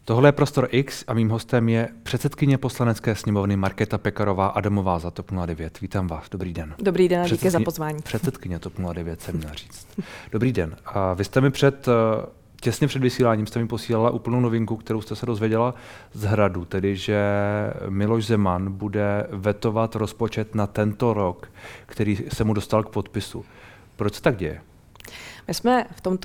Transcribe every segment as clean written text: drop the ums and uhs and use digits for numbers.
Tohle je Prostor X a mým hostem je předsedkyně Poslanecké sněmovny Markéta Pekarová Adamová za TOP 09. Vítám vás, dobrý den. Dobrý den a díky za pozvání. Předsedkyně TOP 09 jsem měl říct. Dobrý den. A vy jste mi těsně před vysíláním jste mi posílala úplnou novinku, kterou jste se dozvěděla z Hradu, tedy že Miloš Zeman bude vetovat rozpočet na tento rok, který se mu dostal k podpisu. Proč se tak děje? My jsme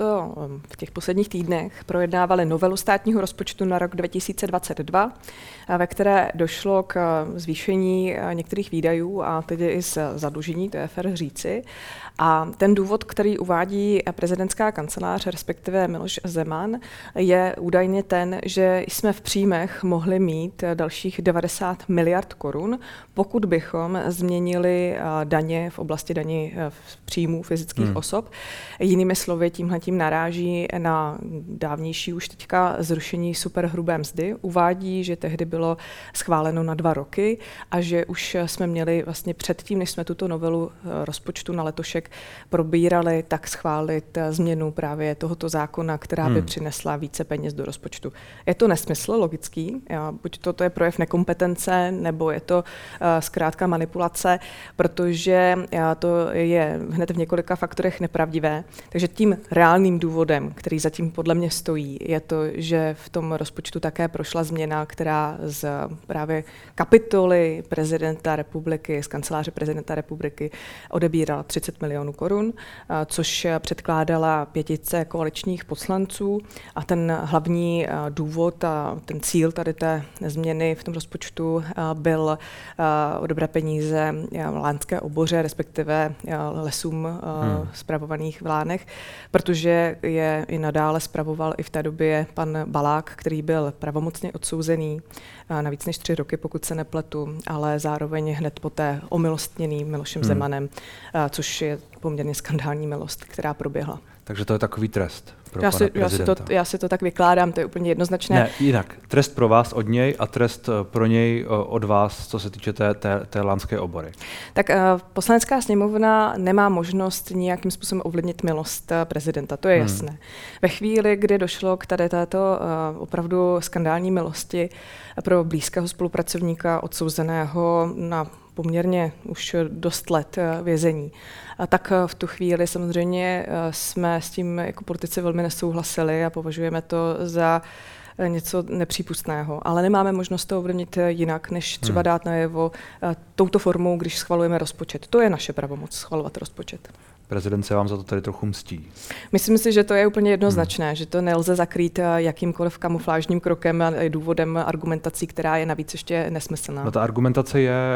v těch posledních týdnech projednávali novelu státního rozpočtu na rok 2022, ve které došlo k zvýšení některých výdajů a tedy i z zadlužení, to je fér říci. A ten důvod, který uvádí prezidentská kancelář, respektive Miloš Zeman, je údajně ten, že jsme v příjmech mohli mít dalších 90 miliard korun, pokud bychom změnili daně v oblasti daní příjmů fyzických osob. Jinými slovy, tímhletím naráží na dávnější už teďka zrušení superhrubé mzdy. Uvádí, že tehdy bylo schváleno na 2 roky a že už jsme měli vlastně předtím, než jsme tuto novelu rozpočtu na letošek probírali, tak schválit změnu právě tohoto zákona, která by přinesla více peněz do rozpočtu. Je to nesmysl logický, buď to je projev nekompetence, nebo je to zkrátka manipulace, protože to je hned v několika faktorech nepravdivé. Takže tím reálným důvodem, který zatím podle mě stojí, je to, že v tom rozpočtu také prošla změna, která z právě kapitoly prezidenta republiky, z kanceláře prezidenta republiky odebírala 30 milionů korun, což předkládala 5 koaličních poslanců a ten hlavní důvod a ten cíl tady té změny v tom rozpočtu byl odebrat peníze lánské oboře, respektive lesům spravovaných v Lánech, protože je i nadále spravoval i v té době pan Balák, který byl pravomocně odsouzený na víc než 3 roky, pokud se nepletu, ale zároveň hned poté omilostněný Milošem Zemanem, což je poměrně skandální milost, která proběhla. Takže to je takový trest pro pana prezidenta. Já si to tak vykládám, to je úplně jednoznačné. Ne, jinak. Trest pro vás od něj a trest pro něj od vás, co se týče té lánské obory. Tak Poslanecká sněmovna nemá možnost nějakým způsobem ovlivnit milost prezidenta, to je jasné. Ve chvíli, kdy došlo k tady této opravdu skandální milosti pro blízkého spolupracovníka odsouzeného na poměrně už dost let vězení, tak v tu chvíli samozřejmě jsme s tím jako politici velmi nesouhlasili a považujeme to za něco nepřípustného. Ale nemáme možnost to ovlivnit jinak, než třeba dát najevo touto formou, když schvalujeme rozpočet. To je naše pravomoc, schvalovat rozpočet. Prezident se vám za to tady trochu mstí. Myslím si, že to je úplně jednoznačné, že to nelze zakrýt jakýmkoliv kamuflážním krokem a důvodem argumentací, která je navíc ještě nesmyslná. No ta argumentace je,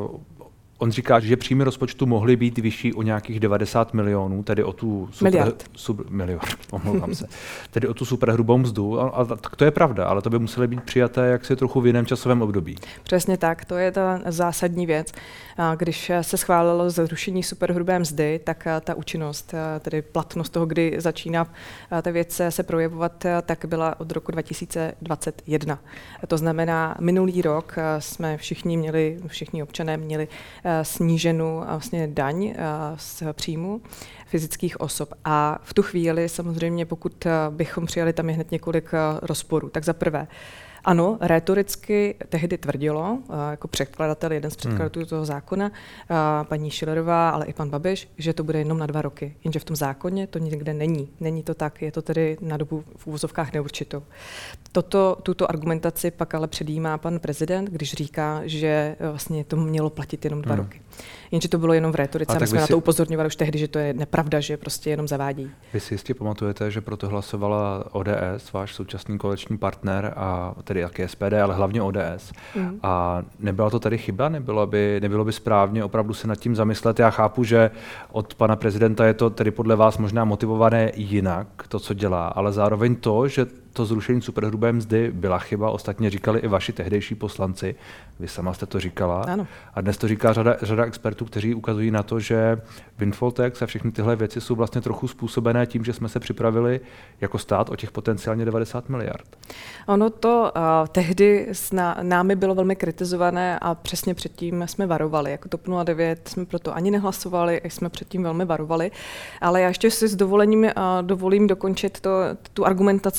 on říká, že příjmy rozpočtu mohly být vyšší o nějakých 90 milionů, tedy o tu tedy o tu superhrubou mzdu. A tak to je pravda, ale to by musely být přijaté jaksi trochu v jiném časovém období. Přesně tak, to je ta zásadní věc. Když se schválilo zrušení superhrubé mzdy, tak ta účinnost, tedy platnost toho, kdy začíná ta věc se projevovat, tak byla od roku 2021. To znamená, minulý rok jsme všichni občané měli sníženou vlastně daň z příjmu fyzických osob. A v tu chvíli samozřejmě, pokud bychom přijali, tam je hned několik rozporů. Tak za prvé, ano, rétoricky tehdy tvrdilo, jako předkladatel, jeden z předkladatelů toho zákona, paní Schillerová, ale i pan Babiš, že to bude jenom na 2 roky. Jenže v tom zákoně to nikde není. Není to tak, je to tedy na dobu v uvozovkách neurčitou. Tuto argumentaci pak ale předjímá pan prezident, když říká, že vlastně to mělo platit jenom 2 roky. Jenže to bylo jenom v rétorice. My jsme na to upozorňovali už tehdy, že to je nepravda, že prostě jenom zavádí. Vy si jistě pamatujete, že proto hlasovala ODS, váš současný koaliční partner, a tedy taky SPD, ale hlavně ODS. A nebyla to tady chyba? Nebylo by správně opravdu se nad tím zamyslet? Já chápu, že od pana prezidenta je to tedy podle vás možná motivované jinak, to, co dělá, ale zároveň to, že to zrušení superhrubé mzdy byla chyba, ostatně říkali i vaši tehdejší poslanci, vy sama jste to říkala. Ano. A dnes to říká řada expertů, kteří ukazují na to, že windfall tax a všechny tyhle věci jsou vlastně trochu způsobené tím, že jsme se připravili jako stát o těch potenciálně 90 miliard. Ono to tehdy s námi bylo velmi kritizované a přesně předtím jsme varovali. Jako TOP 09 jsme proto ani nehlasovali, jsme předtím velmi varovali. Ale já ještě si s dovolím dokončit tu argumentaci, protože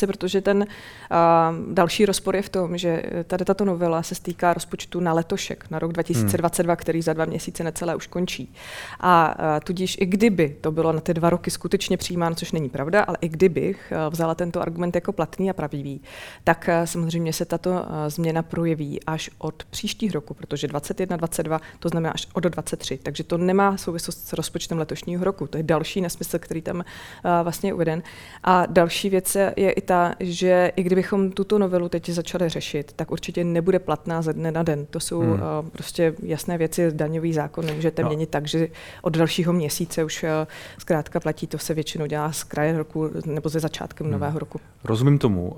ten další rozpor je v tom, že tady tato novela se stýká rozpočtu na letošek, na rok 2022, který za 2 měsíce necelé už končí. A tudíž i kdyby to bylo na ty 2 roky skutečně přijímáno, což není pravda, ale i kdybych vzala tento argument jako platný a pravdivý, tak samozřejmě se tato změna projeví až od příštích roku, protože 21, 22, to znamená až od 23. Takže to nemá souvislost s rozpočtem letošního roku. To je další nesmysl, který tam vlastně je uveden. A další věc je i ta, že i kdybychom tuto novelu teď začali řešit, tak určitě nebude platná ze dne na den. To jsou prostě jasné věci, daňový zákon nemůžete měnit tak, že od dalšího měsíce už zkrátka platí, to se většinou dělá z kraje roku nebo ze začátkem nového roku. Rozumím tomu,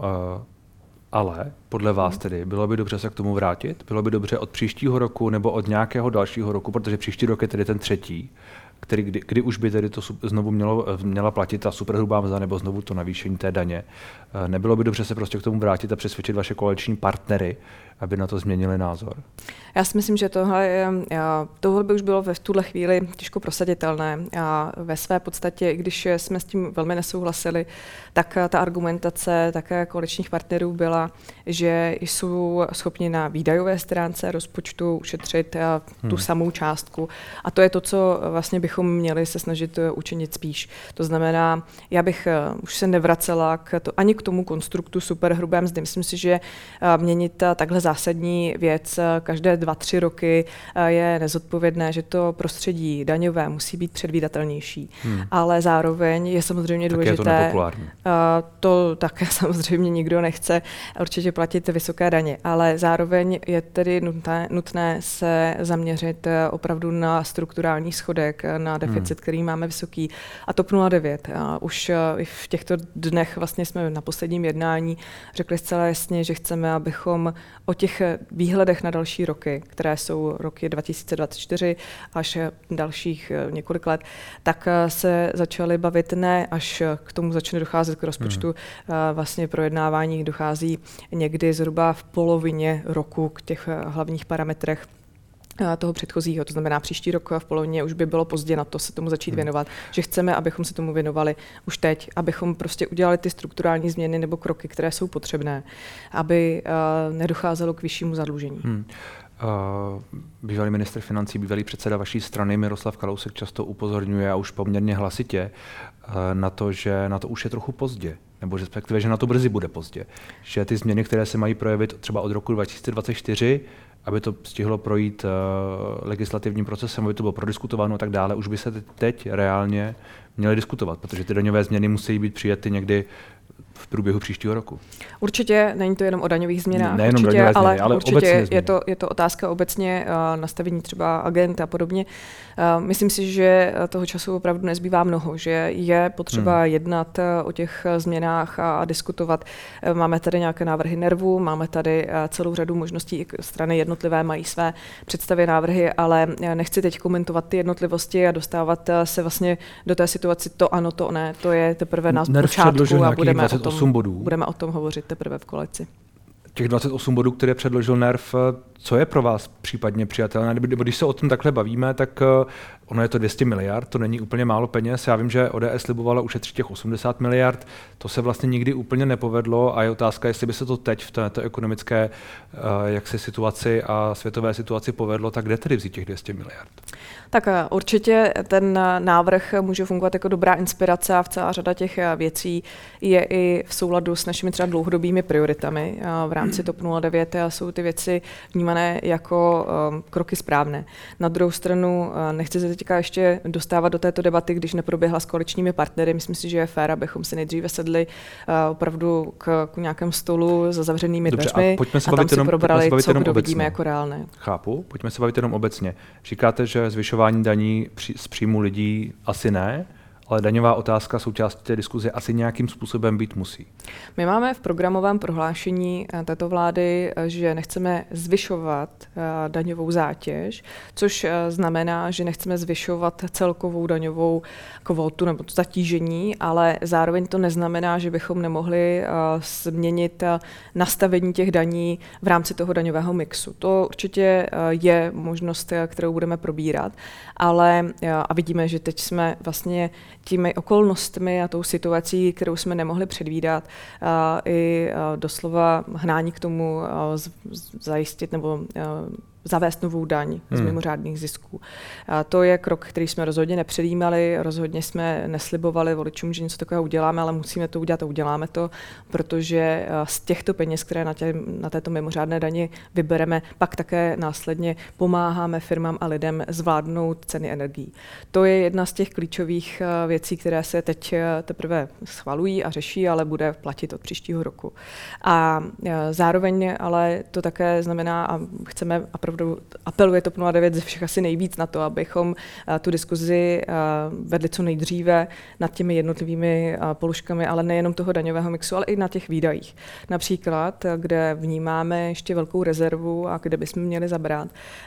ale podle vás tedy bylo by dobře se k tomu vrátit? Bylo by dobře od příštího roku nebo od nějakého dalšího roku, protože příští rok je tedy ten třetí, kdy už by tedy to znovu měla platit ta superhrubá mzda nebo znovu to navýšení té daně. Nebylo by dobře se prostě k tomu vrátit a přesvědčit vaše koaliční partnery, aby na to změnili názor? Já si myslím, že tohle by už bylo v tuhle chvíli těžko prosaditelné. A ve své podstatě, když jsme s tím velmi nesouhlasili, tak ta argumentace také koaličních partnerů byla, že jsou schopni na výdajové stránce rozpočtu ušetřit tu samou částku. A to je to, co vlastně bychom měli se snažit učinit spíš. To znamená, já bych už se nevracela ani k tomu konstruktu superhrubé mzdy. Myslím si, že měnit takhle zásadní věc každé 2-3 roky je nezodpovědné, že to prostředí daňové musí být předvídatelnější. Ale zároveň je samozřejmě důležité, to také samozřejmě nikdo nechce určitě platit vysoké daně, ale zároveň je tedy nutné se zaměřit opravdu na strukturální schodek, na deficit, který máme vysoký. A TOP 09 už v těchto dnech vlastně jsme na posledním jednání řekli zcela jasně, že chceme, abychom o těch výhledech na další roky, které jsou roky 2024 až dalších několik let, tak se začali bavit ne až k tomu začne docházet k rozpočtu. Vlastně projednávání dochází někdy zhruba v polovině roku k těch hlavních parametrech toho předchozího, to znamená příští rok v polovině už by bylo pozdě na to se tomu začít věnovat, že chceme, abychom se tomu věnovali už teď, abychom prostě udělali ty strukturální změny nebo kroky, které jsou potřebné, aby nedocházelo k vyššímu zadlužení. Bývalý ministr financí, bývalý předseda vaší strany Miroslav Kalousek často upozorňuje a už poměrně hlasitě na to, že na to už je trochu pozdě, nebo respektive, že na to brzy bude pozdě. Že ty změny, které se mají projevit třeba od roku 2024, aby to stihlo projít legislativním procesem, aby to bylo prodiskutováno a tak dále, už by se teď reálně měly diskutovat, protože ty daňové změny musí být přijaty někdy v průběhu příštího roku. Určitě není to jenom o daňových změnách, nejenom daňové změny, ale určitě je to otázka obecně nastavení třeba agent a podobně. Myslím si, že toho času opravdu nezbývá mnoho, že je potřeba jednat o těch změnách a diskutovat. Máme tady nějaké návrhy NERVu, máme tady celou řadu možností, i strany jednotlivé mají své představy, návrhy, ale nechci teď komentovat ty jednotlivosti a dostávat se vlastně do té situace to ano, to ne, to je teprve na počátku a budeme o tom hovořit teprve v koalici. Těch 28 bodů, které předložil NERV, co je pro vás případně přijatelné? Když se o tom takhle bavíme, tak ono je to 200 miliard, to není úplně málo peněz. Já vím, že ODS slibovala ušetřit těch 80 miliard, to se vlastně nikdy úplně nepovedlo a je otázka, jestli by se to teď v této ekonomické situaci a světové situaci povedlo, tak kde tedy vzít těch 200 miliard? Tak určitě ten návrh může fungovat jako dobrá inspirace a celá řada těch věcí je i v souladu s našimi třeba dlouhodobými prioritami. V rámci TOP 09 jsou ty věci vnímané jako kroky správné. Na druhou stranu nechci se teďka ještě dostávat do této debaty, když neproběhla s koaličními partnery. Myslím si, že je fér, abychom si nejdříve sedli opravdu k nějakému stolu za zavřenými dveřmi a tam si probrali, co kdo vidíme jako reálné. Chápu, pojďme se bavit jenom obecně. Říkáte, že zvyšování daní z příjmu lidí asi ne, ale daňová otázka součástí té diskuze asi nějakým způsobem být musí. My máme v programovém prohlášení této vlády, že nechceme zvyšovat daňovou zátěž, což znamená, že nechceme zvyšovat celkovou daňovou kvotu nebo to zatížení, ale zároveň to neznamená, že bychom nemohli změnit nastavení těch daní v rámci toho daňového mixu. To určitě je možnost, kterou budeme probírat, ale a vidíme, že teď jsme vlastně těmi okolnostmi a tou situací, kterou jsme nemohli předvídat, i doslova hnání k tomu zajistit nebo zavést novou daň z mimořádných zisků. A to je krok, který jsme rozhodně nepředjímali, rozhodně jsme neslibovali voličům, že něco takového uděláme, ale musíme to udělat a uděláme to, protože z těchto peněz, které na této mimořádné dani vybereme, pak také následně pomáháme firmám a lidem zvládnout ceny energií. To je jedna z těch klíčových věcí, které se teď teprve schvalují a řeší, ale bude platit od příštího roku. A zároveň ale to také znamená, a chceme apeluje TOP 09 ze všech asi nejvíc na to, abychom tu diskuzi vedli co nejdříve nad těmi jednotlivými položkami, ale nejenom toho daňového mixu, ale i na těch výdajích. Například, kde vnímáme ještě velkou rezervu a kde bychom měli zabrat,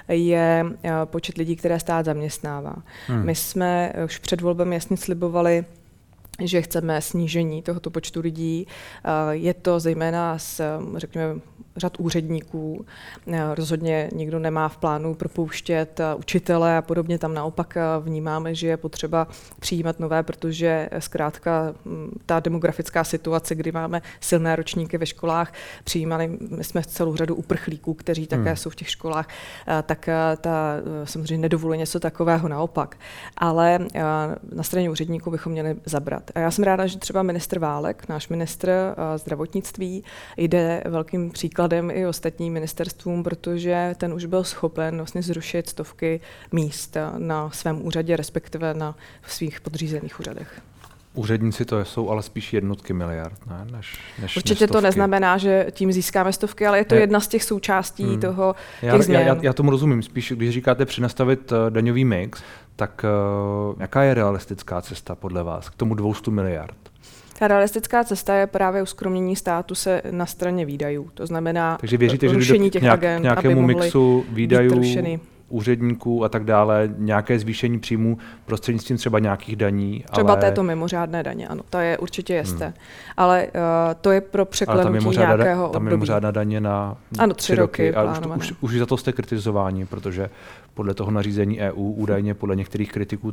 je počet lidí, které stát zaměstnává. My jsme už před volbami jasně slibovali, že chceme snížení tohoto počtu lidí. Je to zejména řekněme, řad úředníků. Rozhodně nikdo nemá v plánu propouštět učitele a podobně. Tam naopak vnímáme, že je potřeba přijímat nové, protože zkrátka ta demografická situace, kdy máme silné ročníky ve školách, přijímali jsme celou řadu uprchlíků, kteří také jsou v těch školách, tak ta samozřejmě nedovoluje něco takového naopak. Ale na straně úředníků bychom měli zabrat. A já jsem ráda, že třeba ministr Válek, náš ministr zdravotnictví, jde velkým příkladem i ostatním ministerstvům, protože ten už byl schopen vlastně zrušit stovky míst na svém úřadě, respektive na svých podřízených úřadech. Úředníci to jsou ale spíš jednotky miliard, ne? Než určitě to neznamená, že tím získáme stovky, ale je to jedna z těch součástí těch změn. Já tomu rozumím. Spíš, když říkáte přenastavit daňový mix, tak jaká je realistická cesta podle vás k tomu 200 miliard? Ta realistická cesta je právě uskromnění státu se na straně výdajů. To znamená takže věříte, rušení těch agent, k nějakému aby mixu výdajů, rušeny. Úředníků a tak dále, nějaké zvýšení příjmů prostřednictvím třeba nějakých daní. Třeba této mimořádné daně, ano, to je určitě jisté. Ale to je pro překlenutí nějakého období. Ta mimořádná daně na 3 roky. A už za to jste kritizováni, protože podle toho nařízení EU, údajně podle některých kritiků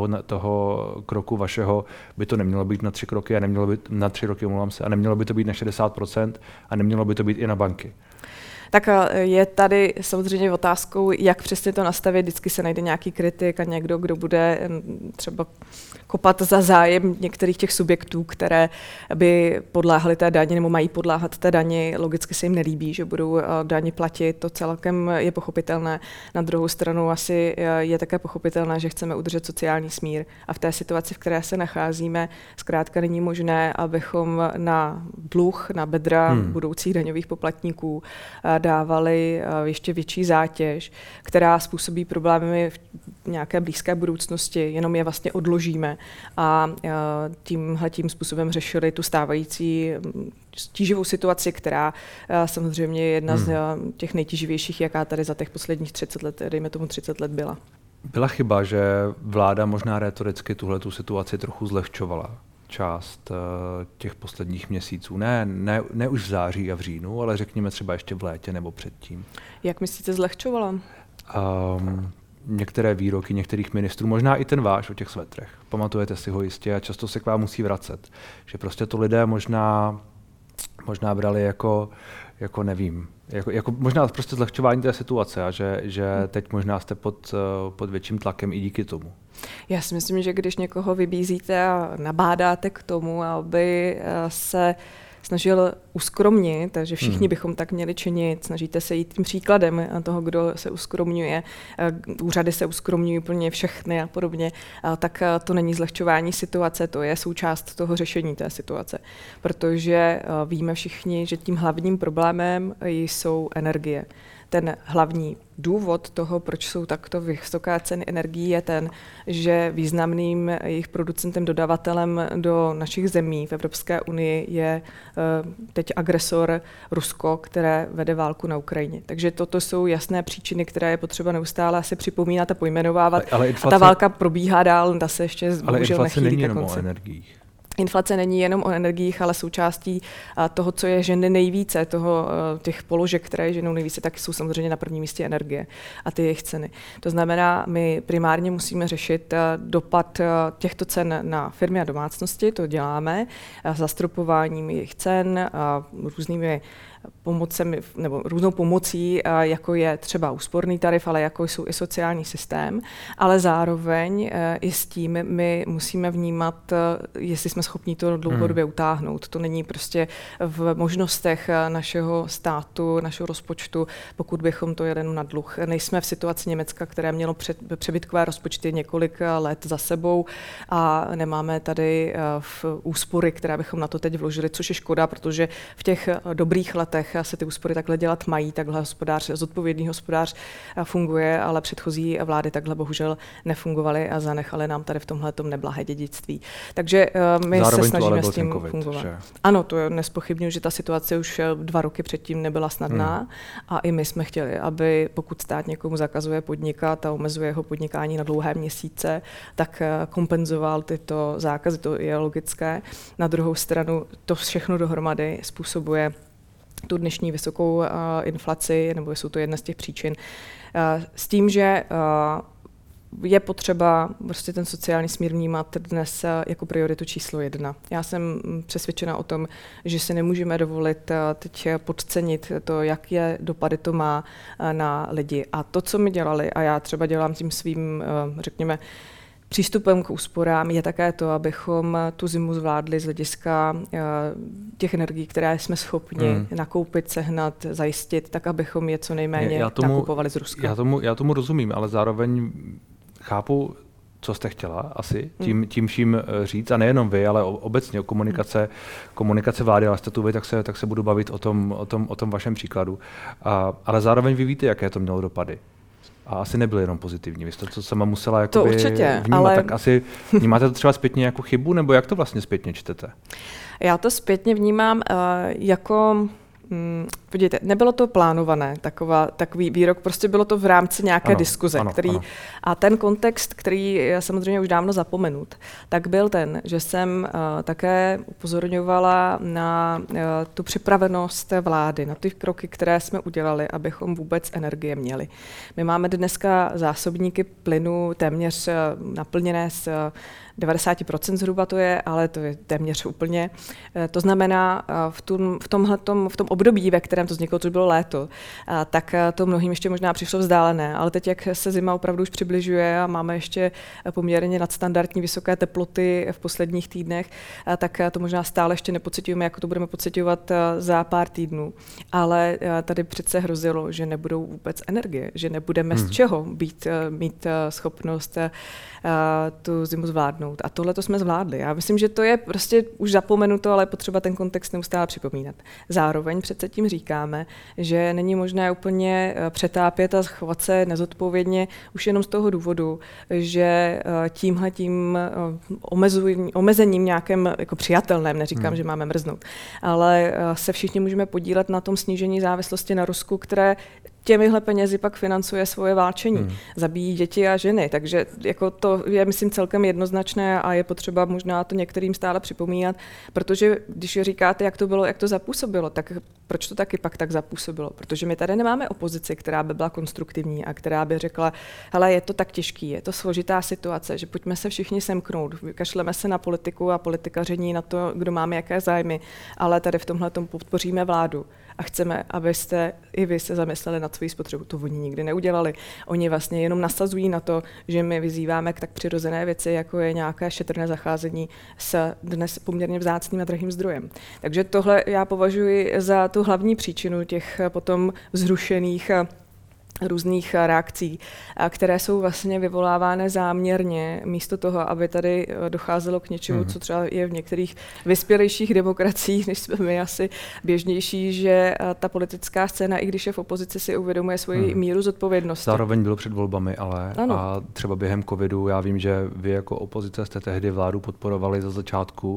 toho kroku vašeho, by to nemělo být na 3 roky a nemělo by na 3 roky, omlouvám se, a nemělo by to být na 60% a nemělo by to být i na banky. Tak je tady samozřejmě otázkou, jak přesně to nastavit. Vždycky se najde nějaký kritik a někdo, kdo bude třeba kopat za zájem některých těch subjektů, které by podléhaly té dani nebo mají podléhat té dani. Logicky se jim nelíbí, že budou dani platit. To celkem je pochopitelné. Na druhou stranu asi je také pochopitelné, že chceme udržet sociální smír. A v té situaci, v které se nacházíme, zkrátka není možné, abychom na dluh, na bedra budoucích daňových poplatníků dávali ještě větší zátěž, která způsobí problémy v nějaké blízké budoucnosti, jenom je vlastně odložíme a tímhletím způsobem řešili tu stávající tíživou situaci, která samozřejmě je jedna z těch nejtíživějších, jaká tady za těch posledních 30 let, dejme tomu 30 let byla. Byla chyba, že vláda možná rétoricky tuhletu situaci trochu zlehčovala? Část těch posledních měsíců. Ne už v září a v říjnu, ale řekněme třeba ještě v létě nebo předtím. Jak myslíte zlehčovala? Některé výroky některých ministrů, možná i ten váš o těch svetrech. Pamatujete si ho jistě a často se k vám musí vracet. Že prostě to lidé možná brali jako nevím, jako možná prostě zlehčování té situace a že teď možná jste pod větším tlakem i díky tomu. Já si myslím, že když někoho vybízíte a nabádáte k tomu, aby se snažil uskromnit, takže všichni bychom tak měli činit, snažíte se jít tím příkladem toho, kdo se uskromňuje, úřady se uskromňují úplně všechny a podobně, tak to není zlehčování situace, to je součást toho řešení té situace, protože víme všichni, že tím hlavním problémem jsou energie. Ten hlavní důvod toho, proč jsou takto vysoké ceny energií, je ten, že významným jejich producentem, dodavatelem do našich zemí v Evropské unii je teď agresor Rusko, které vede válku na Ukrajině. Takže toto jsou jasné příčiny, které je potřeba neustále asi připomínat a pojmenovávat. Ale inflace, a ta válka probíhá dál, ta se ještě bohužel nechýlí ke konci. Ale inflace není jenom o energiích. inflace není jenom o energiích, ale součástí toho, co je žene nejvíce, těch položek, které ženou nejvíce, tak jsou samozřejmě na prvním místě energie a ty jejich ceny. To znamená, my primárně musíme řešit dopad těchto cen na firmy a domácnosti, to děláme zastropováním jejich cen, různými pomocemi, nebo různou pomocí, jako je třeba úsporný tarif, ale jako jsou i sociální systém, ale zároveň i s tím my musíme vnímat, jestli jsme schopni to dlouhodobě utáhnout. To není prostě v možnostech našeho státu, našeho rozpočtu, pokud bychom to jeli na dluh. Nejsme v situaci Německa, které mělo přebytkové rozpočty několik let za sebou a nemáme tady úspory, které bychom na to teď vložili, což je škoda, protože v těch dobrých letech se ty úspory takhle dělat mají, takhle zodpovědný hospodář funguje, ale předchozí vlády takhle bohužel nefungovaly a zanechaly nám tady v tomhletom neblahé dědictví. Takže my zároveň se snažíme s tím fungovat. Že? Ano, to nezpochybňuji, že ta situace už 2 roky předtím nebyla snadná a i my jsme chtěli, aby pokud stát někomu zakazuje podnikat a omezuje jeho podnikání na dlouhé měsíce, tak kompenzoval tyto zákazy, to je logické. Na druhou stranu to všechno dohromady způsobuje tu dnešní vysokou inflaci, nebo jsou to jedna z těch příčin, s tím, že je potřeba prostě ten sociální smír vnímat dnes jako prioritu číslo 1. Já jsem přesvědčena o tom, že si nemůžeme dovolit teď podcenit to, jaké dopady to má na lidi. A to, co my dělali, a já třeba dělám tím svým, řekněme, přístupem k úsporám je také to, abychom tu zimu zvládli z hlediska těch energií, které jsme schopni nakoupit, sehnat, zajistit, tak abychom je co nejméně nakupovali z Ruska. Já tomu rozumím, ale zároveň chápu, co jste chtěla asi tím vším říct, a nejenom vy, ale obecně o komunikace vlády, ale jste tu vy, tak se budu bavit o tom vašem příkladu. Ale zároveň vy víte, jaké to mělo dopady. A asi nebyly jenom pozitivní. Vy jste to sama musela to určitě, vnímat, ale tak asi vnímáte to třeba zpětně jako chybu, nebo jak to vlastně zpětně čtete? Já to zpětně vnímám jako... Podívejte, nebylo to plánované, takový výrok, prostě bylo to v rámci nějaké diskuze, ano. A ten kontext, který je samozřejmě už dávno zapomenut, tak byl ten, že jsem také upozorňovala na tu připravenost vlády, na ty kroky, které jsme udělali, abychom vůbec energie měli. My máme dneska zásobníky plynu téměř naplněné z 90% zhruba to je, ale to je téměř úplně. To znamená, v tom období, ve kterém to vzniklo, což bylo léto, tak to mnohým ještě možná přišlo vzdálené, ale teď, jak se zima opravdu už přibližuje a máme ještě poměrně nadstandardní vysoké teploty v posledních týdnech, tak to možná stále ještě nepociťujeme, jako to budeme pociťovat za pár týdnů. Ale tady přece hrozilo, že nebudou vůbec energie, že nebudeme z čeho mít schopnost tu zimu zvládnout. A tohle to jsme zvládli. Já myslím, že to je prostě už zapomenuto, ale je potřeba ten kontext neustále připomínat. Zároveň přece tím říkáme, že není možné úplně přetápět a chovat se nezodpovědně už jenom z toho důvodu, že tímhletím omezením nějakém jako přijatelném, neříkám, že máme mrznout, ale se všichni můžeme podílet na tom snížení závislosti na Rusku, které těmihle penězi pak financuje svoje válčení. Zabíjí děti a ženy, takže jako to je, myslím, celkem jednoznačné a je potřeba možná to některým stále připomínat, protože když říkáte, jak to bylo, jak to zapůsobilo, tak proč to taky pak tak zapůsobilo? Protože my tady nemáme opozici, která by byla konstruktivní a která by řekla, hele, je to tak těžký, je to složitá situace, že pojďme se všichni semknout, vykašleme se na politiku a politikaření, na to, kdo máme jaké zájmy, ale tady v tomhletom podpoříme vládu a chceme, abyste i vy se zamysleli nad svou spotřebu. To oni nikdy neudělali. Oni vlastně jenom nasazují na to, že my vyzýváme k tak přirozené věci, jako je nějaké šetrné zacházení s dnes poměrně vzácným a drahým zdrojem. Takže tohle já považuji za tu hlavní příčinu těch potom vzrušených různých reakcí, které jsou vlastně vyvolávány záměrně, místo toho, aby tady docházelo k něčemu, co třeba je v některých vyspělejších demokraciích, než jsme my asi běžnější, že ta politická scéna, i když je v opozici, si uvědomuje svoji míru zodpovědnosti. Zároveň bylo před volbami, ale a třeba během covidu, já vím, že vy jako opozice jste tehdy vládu podporovali za začátku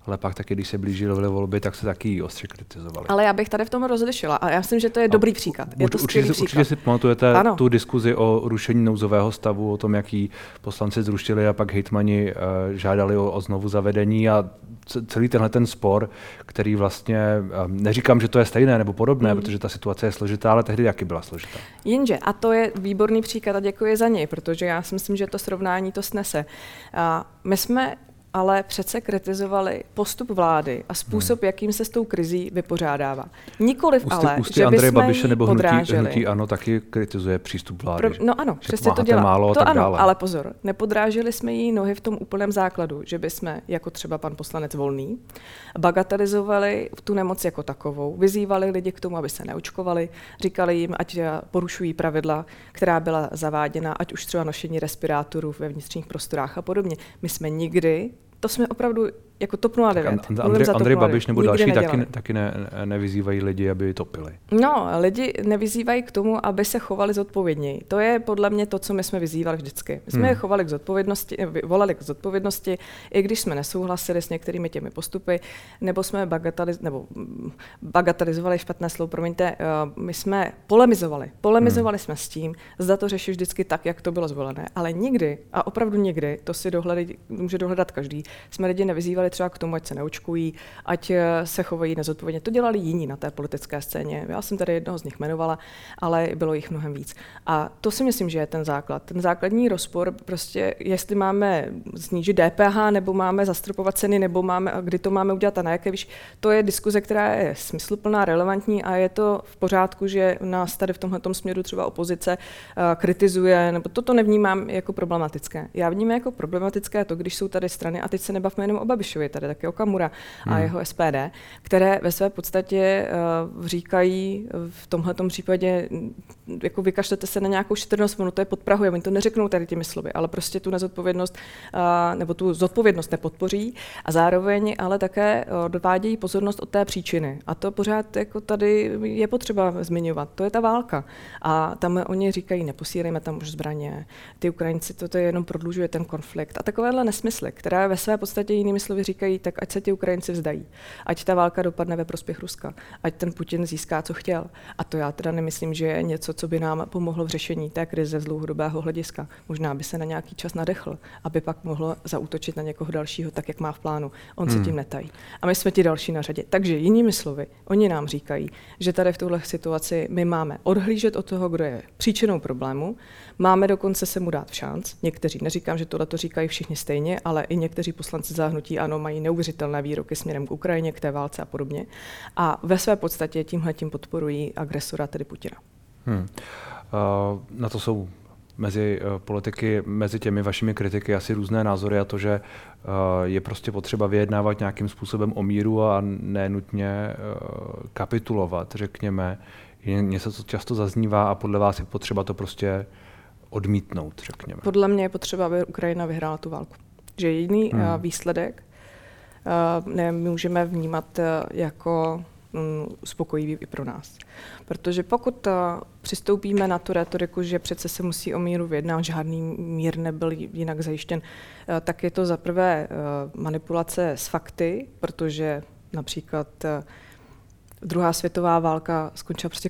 ale pak taky, když se blížily volby, tak se taky ostře kritizovali. Ale já bych tady v tom rozlišila a já myslím, že to je dobrý příklad. Je to skvělý příklad. Určitě si pamatujete tu diskuzi o rušení nouzového stavu, o tom, jaký poslanci zrušili a pak hejtmani žádali o znovu zavedení a celý tenhle ten spor, který vlastně, neříkám, že to je stejné nebo podobné, protože ta situace je složitá, ale tehdy jaký byla složitá. Jenže, a to je výborný příklad a děkuji za něj, protože já si myslím, že to srovnání to snese. My jsme ale přece kritizovali postup vlády a způsob, jakým se s tou krizí vypořádává. Nikoliv ale, že Andreje bychom Babiše nebo podráželi. Hnutí ANO taky kritizuje přístup vlády. No ano, přesně to dělá. Málo, to tak ano, dále. ale pozor, nepodráželi jsme jí nohy v tom úplném základu, že bychom, jako třeba pan poslanec Volný, bagatelizovali tu nemoc jako takovou, vyzývali lidi k tomu, aby se neočkovali, říkali jim, ať porušují pravidla, která byla zaváděna, ať už třeba nošení respirátorů ve vnitřních prostorách a podobně. My jsme nikdy, to jsme opravdu jako TOP 09. Andrej Babiš nebo další taky nevyzývají lidi, aby topili. No, lidi nevyzývají k tomu, aby se chovali zodpovědněji. To je podle mě to, co my jsme vyzývali vždycky. My jsme je chovali k zodpovědnosti, volali k zodpovědnosti, i když jsme nesouhlasili s některými těmi postupy, nebo jsme bagatelizovali špatné slovo, promiňte, my jsme polemizovali. Polemizovali jsme s tím, zda to řeší vždycky tak, jak to bylo zvolené, ale nikdy, a opravdu nikdy, to si může dohledat každý, jsme lidi nevyzývali třeba k tomu, ať se neočkují, ať se chovají nezodpovědně. To dělali jiní na té politické scéně. Já jsem tady jednoho z nich jmenovala, ale bylo jich mnohem víc. A to si myslím, že je ten základ. Ten základní rozpor, prostě jestli máme snížit DPH, nebo máme zastropovat ceny, nebo kdy to máme udělat a na jaké výši. To je diskuze, která je smysluplná, relevantní a je to v pořádku, že nás tady v tomhletom směru třeba opozice kritizuje, nebo toto nevnímám jako problematické. Já vnímám jako problematické to, když jsou tady strany, a teď se nebavme jenom o Babišovi, tady taky Okamura a jeho SPD, které ve své podstatě říkají v tomhletom případě, jako vykašlete se na nějakou šetrnost, ono to je pod Prahu, oni to neřeknou tady těmi slovy, ale prostě tu nezodpovědnost nebo tu zodpovědnost nepodpoří a zároveň ale také dovádějí pozornost od té příčiny. A to pořád jako tady je potřeba zmiňovat. To je ta válka. A tam oni říkají, neposílejme tam už zbraně, ty Ukrajinci, to jenom prodlužuje ten konflikt. A takovéhle nesmysly, které ve své podstatě jinými slovy říkají, tak ať se ti Ukrajinci vzdají, ať ta válka dopadne ve prospěch Ruska, ať ten Putin získá, co chtěl. A to já teda nemyslím, že je něco, co by nám pomohlo v řešení té krize z dlouhodobého hlediska. Možná by se na nějaký čas nadechl, aby pak mohlo zaútočit na někoho dalšího, tak jak má v plánu. On se tím netají. A my jsme ti další na řadě. Takže jinými slovy, oni nám říkají, že tady v tuhle situaci my máme odhlížet od toho, kdo je příčinou problému, máme dokonce se mu dát šanc. Někteří, neříkám, že tohle to říkají všichni stejně, ale i někteří poslanci za hnutí ANO mají neuvěřitelné výroky směrem k Ukrajině, k té válce a podobně. A ve své podstatě tímhletím podporují agresora, tedy Putina. Na to jsou mezi politiky, mezi těmi vašimi kritiky asi různé názory a to, že je prostě potřeba vyjednávat nějakým způsobem o míru a nenutně kapitulovat, řekněme. Je něco, co často zaznívá a podle vás je potřeba to prostě odmítnout, řekněme. Podle mě je potřeba, aby Ukrajina vyhrála tu válku. Že jediný výsledek nemůžeme vnímat jako uspokojivý i pro nás. Protože pokud přistoupíme na tu retoriku, že přece se musí o míru vyjednat, žádný mír nebyl jinak zajištěn, tak je to za prvé manipulace s fakty, protože například druhá světová válka skončila prostě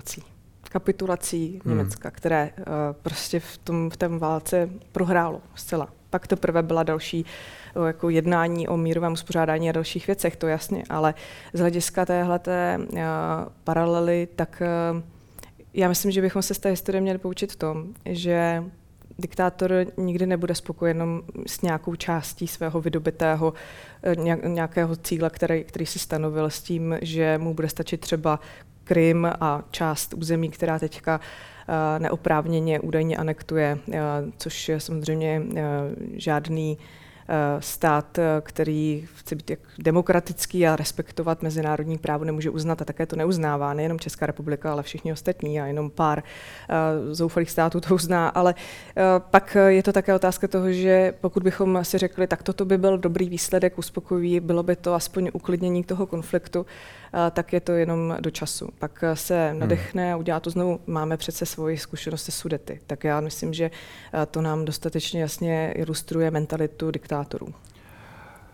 kapitulací Německa, které prostě v té válce prohrálo zcela. Pak teprve byla další jako jednání o mírovém uspořádání a dalších věcech, to jasně, ale z hlediska téhleté paralely, tak já myslím, že bychom se z té historie měli poučit v tom, že diktátor nikdy nebude spokojen s nějakou částí svého vydobitého nějakého cíle, který si stanovil s tím, že mu bude stačit třeba Krym a část území, která teďka neoprávněně údajně anektuje, což je samozřejmě žádný stát, který chce být jak demokratický a respektovat mezinárodní právo, nemůže uznat a také to neuznává. Nejenom Česká republika, ale všichni ostatní a jenom pár zoufalých států to uzná. Ale pak je to také otázka toho, že pokud bychom si řekli, tak toto by byl dobrý výsledek, uspokojivý, bylo by to aspoň uklidnění toho konfliktu, tak je to jenom do času. Pak se nadechne a udělá to znovu. Máme přece svoji zkušenost se Sudety. Tak já myslím, že to nám dostatečně jasně ilustruje mentalitu diktátorů.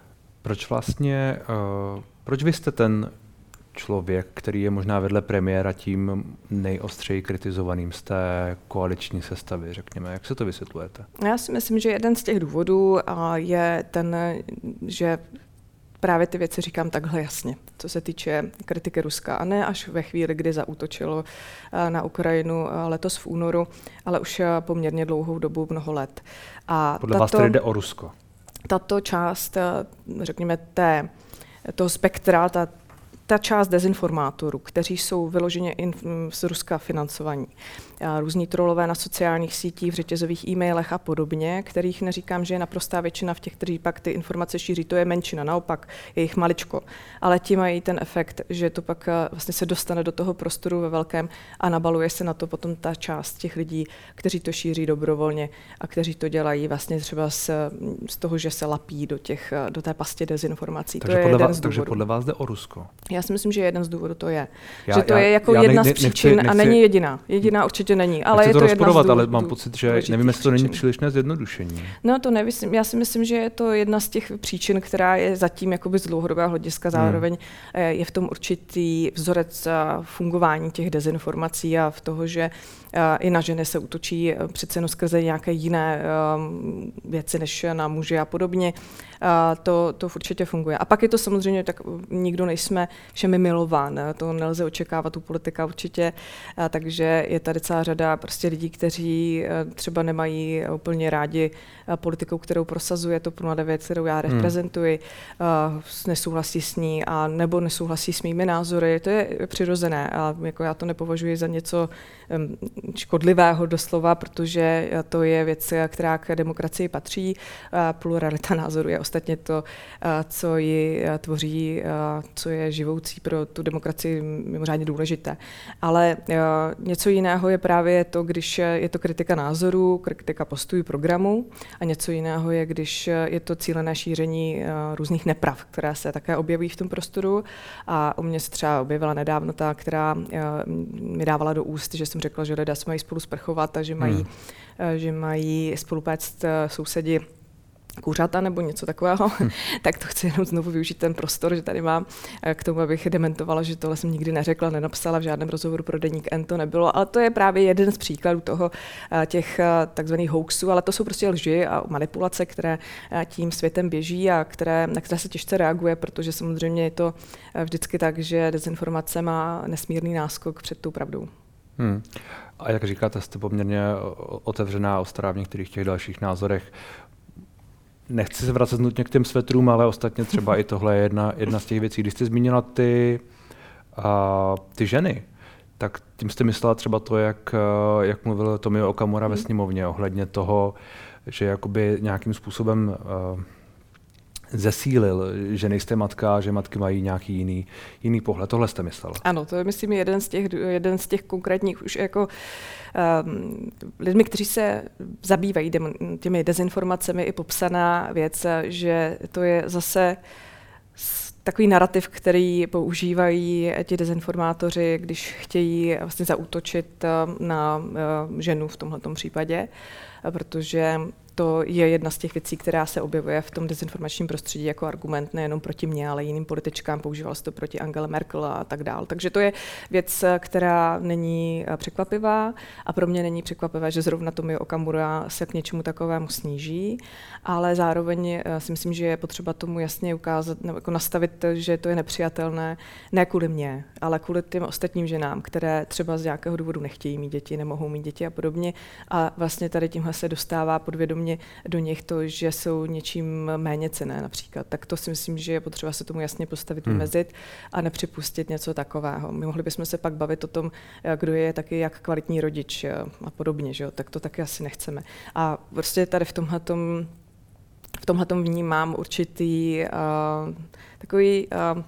Proč vy jste ten člověk, který je možná vedle premiéra tím nejostřeji kritizovaným z té koaliční sestavy, řekněme? Jak se to vysvětlujete? Já si myslím, že jeden z těch důvodů je ten, že právě ty věci říkám takhle jasně, co se týče kritiky Ruska. A ne až ve chvíli, kdy zaútočilo na Ukrajinu letos v únoru, ale už poměrně dlouhou dobu, mnoho let. A podle vás tedy jde o Rusko? Tato část, řekněme, toho spektra, ta část dezinformátorů, kteří jsou vyloženě z Ruska financovaní. Různí trolové na sociálních sítích, v řetězových e-mailech a podobně, kterých neříkám, že je naprostá většina v těch, kteří pak ty informace šíří, to je menšina, naopak je jich maličko. Ale ti mají ten efekt, že to pak vlastně se dostane do toho prostoru ve velkém a nabaluje se na to potom ta část těch lidí, kteří to šíří dobrovolně a kteří to dělají vlastně třeba z toho, že se lapí do té pasti dezinformací. Takže, to je jeden z důvodů. Takže podle vás jde o Rusko? Já si myslím, že jeden z důvodů to je. Že to je jako jedna z příčin a není jediná. Jediná určitě není, ale je to jedna z důvodů. Ale mám pocit, že nevím, jestli to není přílišné zjednodušení. No to nevím, já si myslím, že je to jedna z těch příčin, která je zatím jakoby z dlouhodobého hlediska zároveň je v tom určitý vzorec fungování těch dezinformací a v toho, že i na ženy se útočí přece jen skrze nějaké jiné věci než na muže a podobně. To určitě funguje. A pak je to samozřejmě, tak nikdo nejsme všemi milován, to nelze očekávat u politika určitě, takže je tady celá řada prostě lidí, kteří třeba nemají úplně rádi politikou, kterou prosazuje TOP 09, kterou já reprezentuji, nesouhlasí s ní a nebo nesouhlasí s mými názory, to je přirozené a jako já to nepovažuji za něco škodlivého doslova, protože to je věc, která k demokracii patří. Pluralita názorů je ostatně to, co ji tvoří, co je živoucí pro tu demokracii mimořádně důležité. Ale něco jiného je právě to, když je to kritika názorů, kritika postojů programu a něco jiného je, když je to cílené šíření různých nepravd, které se také objevují v tom prostoru. A u mě se třeba objevila nedávno ta, která mi dávala do úst, že jsem řekla, že lidé se mají spolu sprchovat a že mají spolu péct sousedi kuřata nebo něco takového, tak to chci jenom znovu využít ten prostor, že tady mám k tomu, abych dementovala, že tohle jsem nikdy neřekla, nenapsala, v žádném rozhovoru pro deník N to nebylo, ale to je právě jeden z příkladů toho těch takzvaných hoaxů, ale to jsou prostě lži a manipulace, které tím světem běží a na které se těžce reaguje, protože samozřejmě je to vždycky tak, že dezinformace má nesmírný náskok před tou pravdou. A jak říkáte, jste poměrně otevřená, ostrá v některých těch dalších názorech. Nechci se vracet nutně k těm svetrům, ale ostatně třeba i tohle je jedna z těch věcí. Když jste zmínila ty ženy, tak tím jste myslela třeba to, jak mluvil Tomio Okamura ve sněmovně ohledně toho, že jakoby nějakým způsobem zesílil, že nejste matka, že matky mají nějaký jiný pohled. Tohle jste myslela? Ano, to je, myslím, jeden z těch konkrétních už jako lidmi, kteří se zabývají těmi dezinformacemi, i popsaná věc, že to je zase takový narrativ, který používají ti dezinformátoři, když chtějí vlastně zaútočit na ženu v tomhletom případě, protože to je jedna z těch věcí, která se objevuje v tom dezinformačním prostředí jako argument nejenom proti mně, ale jiným političkám. Používalo se to proti Angele Merkel a tak dál. Takže to je věc, která není překvapivá a pro mě není překvapivé, že zrovna Tomio Okamura se k něčemu takovému sníží, ale zároveň si myslím, že je potřeba tomu jasně ukázat, nebo jako nastavit, že to je nepřijatelné, ne kvůli mně, ale kvůli těm ostatním ženám, které třeba z nějakého důvodu nechtějí mít děti, nemohou mít děti a podobně. A vlastně tady tímhle se dostává podvědomě do nich to, že jsou něčím méně cenné například. Tak to si myslím, že je potřeba se tomu jasně postavit, vymezit a nepřipustit něco takového. My mohli bychom se pak bavit o tom, kdo je taky jak kvalitní rodič a podobně, že jo? Tak to taky asi nechceme. A prostě tady v tomhletom vnímám určitý takový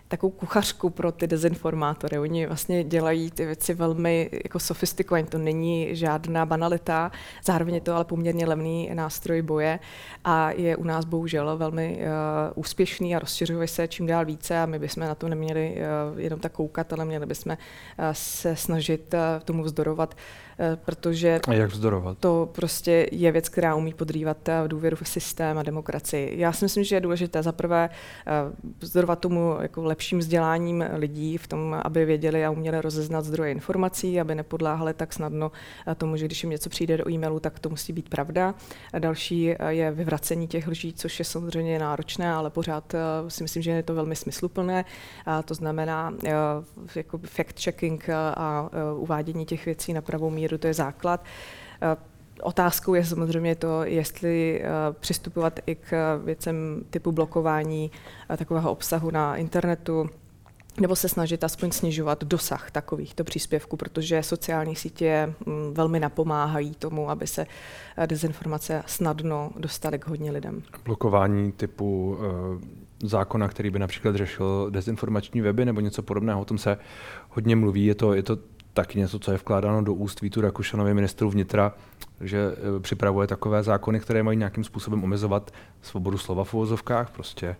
takovou kuchařku pro ty dezinformátory. Oni vlastně dělají ty věci velmi jako sofistikovaně, to není žádná banalita, zároveň je to ale poměrně levný nástroj boje a je u nás bohužel velmi úspěšný a rozšiřuje se čím dál více a my bychom na to neměli jenom tak koukat, ale měli bychom se snažit tomu vzdorovat, protože a jak vzdorovat? To prostě je věc, která umí podrývat důvěru v systém a demokracii. Já si myslím, že je důležité zaprvé vzdorovat tomu jako lepším vzděláním lidí v tom, aby věděli a uměli rozeznat zdroje informací, aby nepodláhali tak snadno tomu, že když jim něco přijde do e-mailu, tak to musí být pravda. A další je vyvracení těch lží, což je samozřejmě náročné, ale pořád si myslím, že je to velmi smysluplné. A to znamená jako fact-checking a uvádění těch věcí na pravou míru, to je základ. Otázkou je samozřejmě to, jestli přistupovat i k věcem typu blokování takového obsahu na internetu, nebo se snažit aspoň snižovat dosah takovýchto příspěvků, protože sociální sítě velmi napomáhají tomu, aby se dezinformace snadno dostaly k hodně lidem. Blokování typu zákona, který by například řešil dezinformační weby nebo něco podobného, o tom se hodně mluví, je to taky něco, co je vkládáno do úst Vítu Rakušanovi, ministru vnitra, že připravuje takové zákony, které mají nějakým způsobem omezovat svobodu slova v uvozovkách, prostě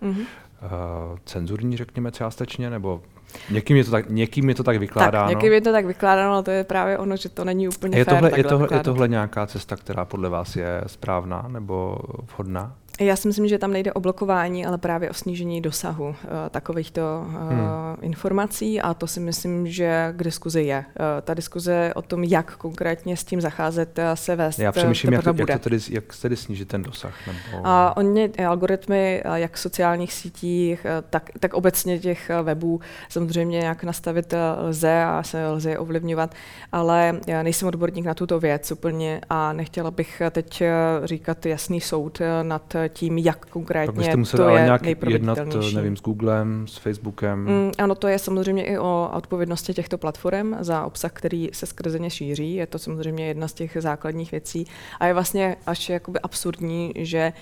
cenzurní, řekněme, částečně, nebo někým je to tak vykládáno. Tak, někým je to tak vykládáno, ale to je právě ono, že to není úplně fér. Je tohle nějaká cesta, která podle vás je správná nebo vhodná? Já si myslím, že tam nejde o blokování, ale právě o snížení dosahu takovýchto informací a to si myslím, že k diskuzi je. Ta diskuze o tom, jak konkrétně s tím zacházet, se vést. Já přemýšlím, jak tedy snížit ten dosah. Nebo... A algoritmy jak sociálních sítí, tak obecně těch webů samozřejmě jak nastavit lze a se lze je ovlivňovat, ale já nejsem odborník na tuto věc úplně a nechtěla bych teď říkat jasný soud nad tím, jak konkrétně to je nejproveditelnější. Jednat, nevím, s Googlem, s Facebookem. Ano, to je samozřejmě i o odpovědnosti těchto platform za obsah, který se skrze ně šíří. Je to samozřejmě jedna z těch základních věcí. A je vlastně až jakoby absurdní, že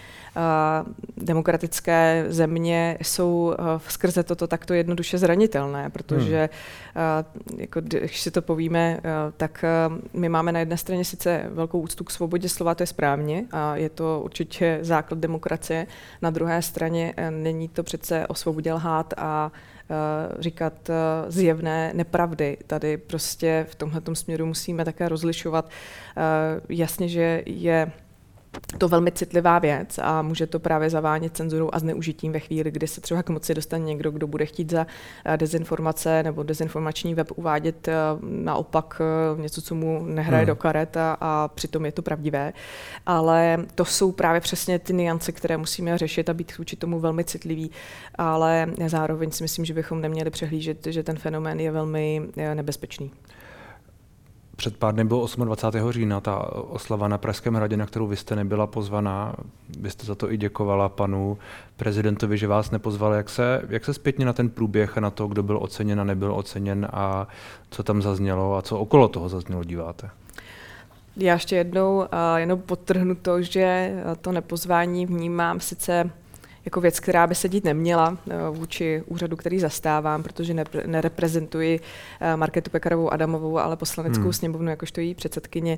demokratické země jsou skrze toto takto jednoduše zranitelné, protože jako, když si to povíme, tak my máme na jedné straně sice velkou úctu k svobodě slova, to je správně a je to určitě základ demokracie. Na druhé straně není to přece o svobodě lhát a říkat zjevné nepravdy. Tady prostě v tomhletom směru musíme také rozlišovat. Jasně, že je to velmi citlivá věc a může to právě zavánět cenzurou a zneužitím ve chvíli, kdy se třeba k moci dostane někdo, kdo bude chtít za dezinformace nebo dezinformační web uvádět naopak něco, co mu nehraje do karet a přitom je to pravdivé. Ale to jsou právě přesně ty nuance, které musíme řešit a být vůči tomu velmi citlivý, ale zároveň si myslím, že bychom neměli přehlížet, že ten fenomén je velmi nebezpečný. Před pár dny bylo 28. října ta oslava na Pražském hradě, na kterou vy jste nebyla pozvaná. Vy jste za to i děkovala panu prezidentovi, že vás nepozval. Jak se zpětně na ten průběh a na to, kdo byl oceněn a nebyl oceněn a co tam zaznělo a co okolo toho zaznělo, díváte? Já ještě jednou jenom podtrhnu to, že to nepozvání vnímám sice jako věc, která by se dít neměla vůči úřadu, který zastávám, protože nereprezentuji Markétu Pekarovou Adamovou, ale Poslaneckou sněmovnu jakožto její předsedkyně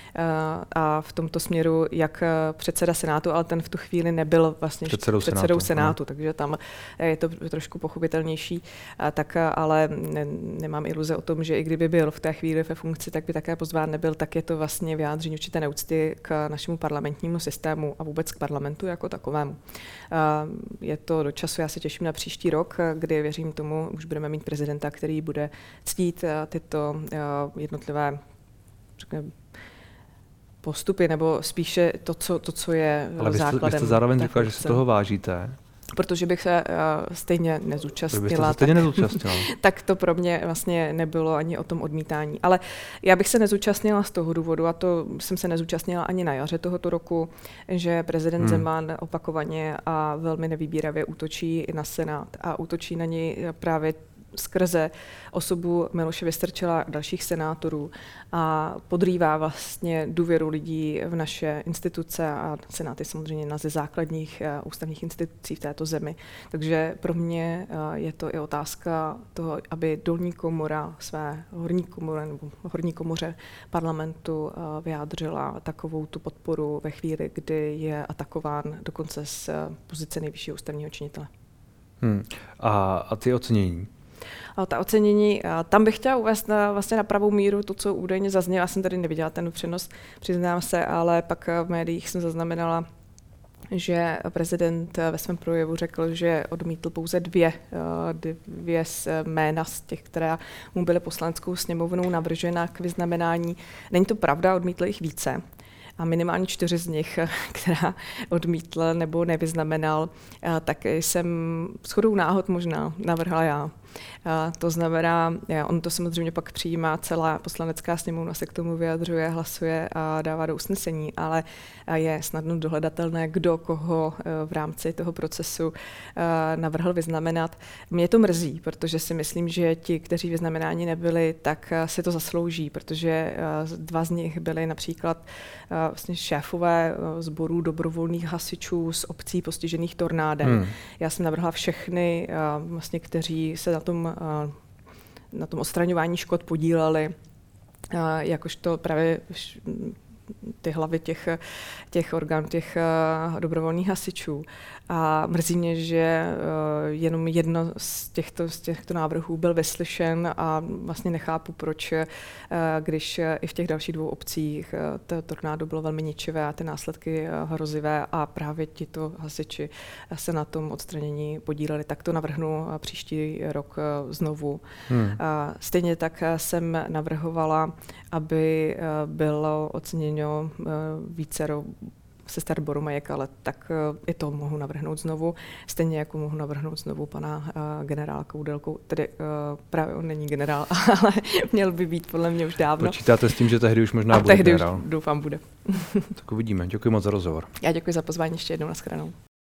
a v tomto směru jak předseda Senátu, ale ten v tu chvíli nebyl vlastně předsedou Senátu, takže tam je to trošku pochopitelnější, tak ale nemám iluze o tom, že i kdyby byl v té chvíli ve funkci, tak by také pozván nebyl, tak je to vlastně vyjádření určité neúcty k našemu parlamentnímu systému a vůbec k parlamentu jako takovému. Je to do času, já se těším na příští rok, kdy věřím tomu, už budeme mít prezidenta, který bude ctít tyto jednotlivé postupy, nebo spíše to, co je základem. Ale vy jste zároveň řekla, že se toho vážíte. Protože bych se stejně nezúčastnila. Tak to pro mě vlastně nebylo ani o tom odmítání. Ale já bych se nezúčastnila z toho důvodu, a to jsem se nezúčastnila ani na jaře tohoto roku, že prezident Zeman opakovaně a velmi nevýbíravě útočí i na Senát a útočí na něj právě skrze osobu Miloše Vystrčila a dalších senátorů a podrývá vlastně důvěru lidí v naše instituce a Senát je samozřejmě jedna ze základních ústavních institucí v této zemi. Takže pro mě je to i otázka toho, aby dolní komora své horní komoře parlamentu vyjádřila takovou tu podporu ve chvíli, kdy je atakován dokonce z pozice nejvyššího ústavního činitele. A ty ocenění? A ta ocenění, tam bych chtěla uvést vlastně na pravou míru to, co údajně zaznělo. Já jsem tady neviděla ten přenos, přiznám se, ale pak v médiích jsem zaznamenala, že prezident ve svém projevu řekl, že odmítl pouze dvě jména z těch, která mu byly poslaneckou sněmovnou navržena k vyznamenání. Není to pravda, odmítl jich více. A minimálně 4 z nich, která odmítl nebo nevyznamenal, tak jsem shodou náhod možná navrhla já. To znamená, on to samozřejmě pak přijímá, celá poslanecká sněmovna se k tomu vyjadřuje, hlasuje a dává do usnesení, ale je snadno dohledatelné, kdo koho v rámci toho procesu navrhl vyznamenat. Mě to mrzí, protože si myslím, že ti, kteří vyznamenáni nebyli, tak si to zaslouží, protože 2 z nich byli například vlastně šéfové sborů dobrovolných hasičů z obcí postižených tornádem. Já jsem navrhla všechny, vlastně, kteří se na tom odstraňování škod podíleli, jakožto právě ty hlavy těch orgánů, těch dobrovolných hasičů. A mrzí mě, že jenom jedno z těchto návrhů byl vyslyšen a vlastně nechápu, proč, když i v těch dalších 2 obcích to tornádo bylo velmi ničivé a ty následky hrozivé a právě tito hasiči se na tom odstranění podíleli, tak to navrhnu příští rok znovu. Stejně tak jsem navrhovala, aby bylo oceněno vícero sester Boromajek, ale tak i to mohu navrhnout znovu. Stejně jako mohu navrhnout znovu pana generála Koudelku. Tedy právě on není generál, ale měl by být podle mě už dávno. Počítáte s tím, že tehdy už možná bude tehdy generál? Už doufám bude. Tak uvidíme. Děkuji moc za rozhovor. Já děkuji za pozvání ještě jednou, nashledanou.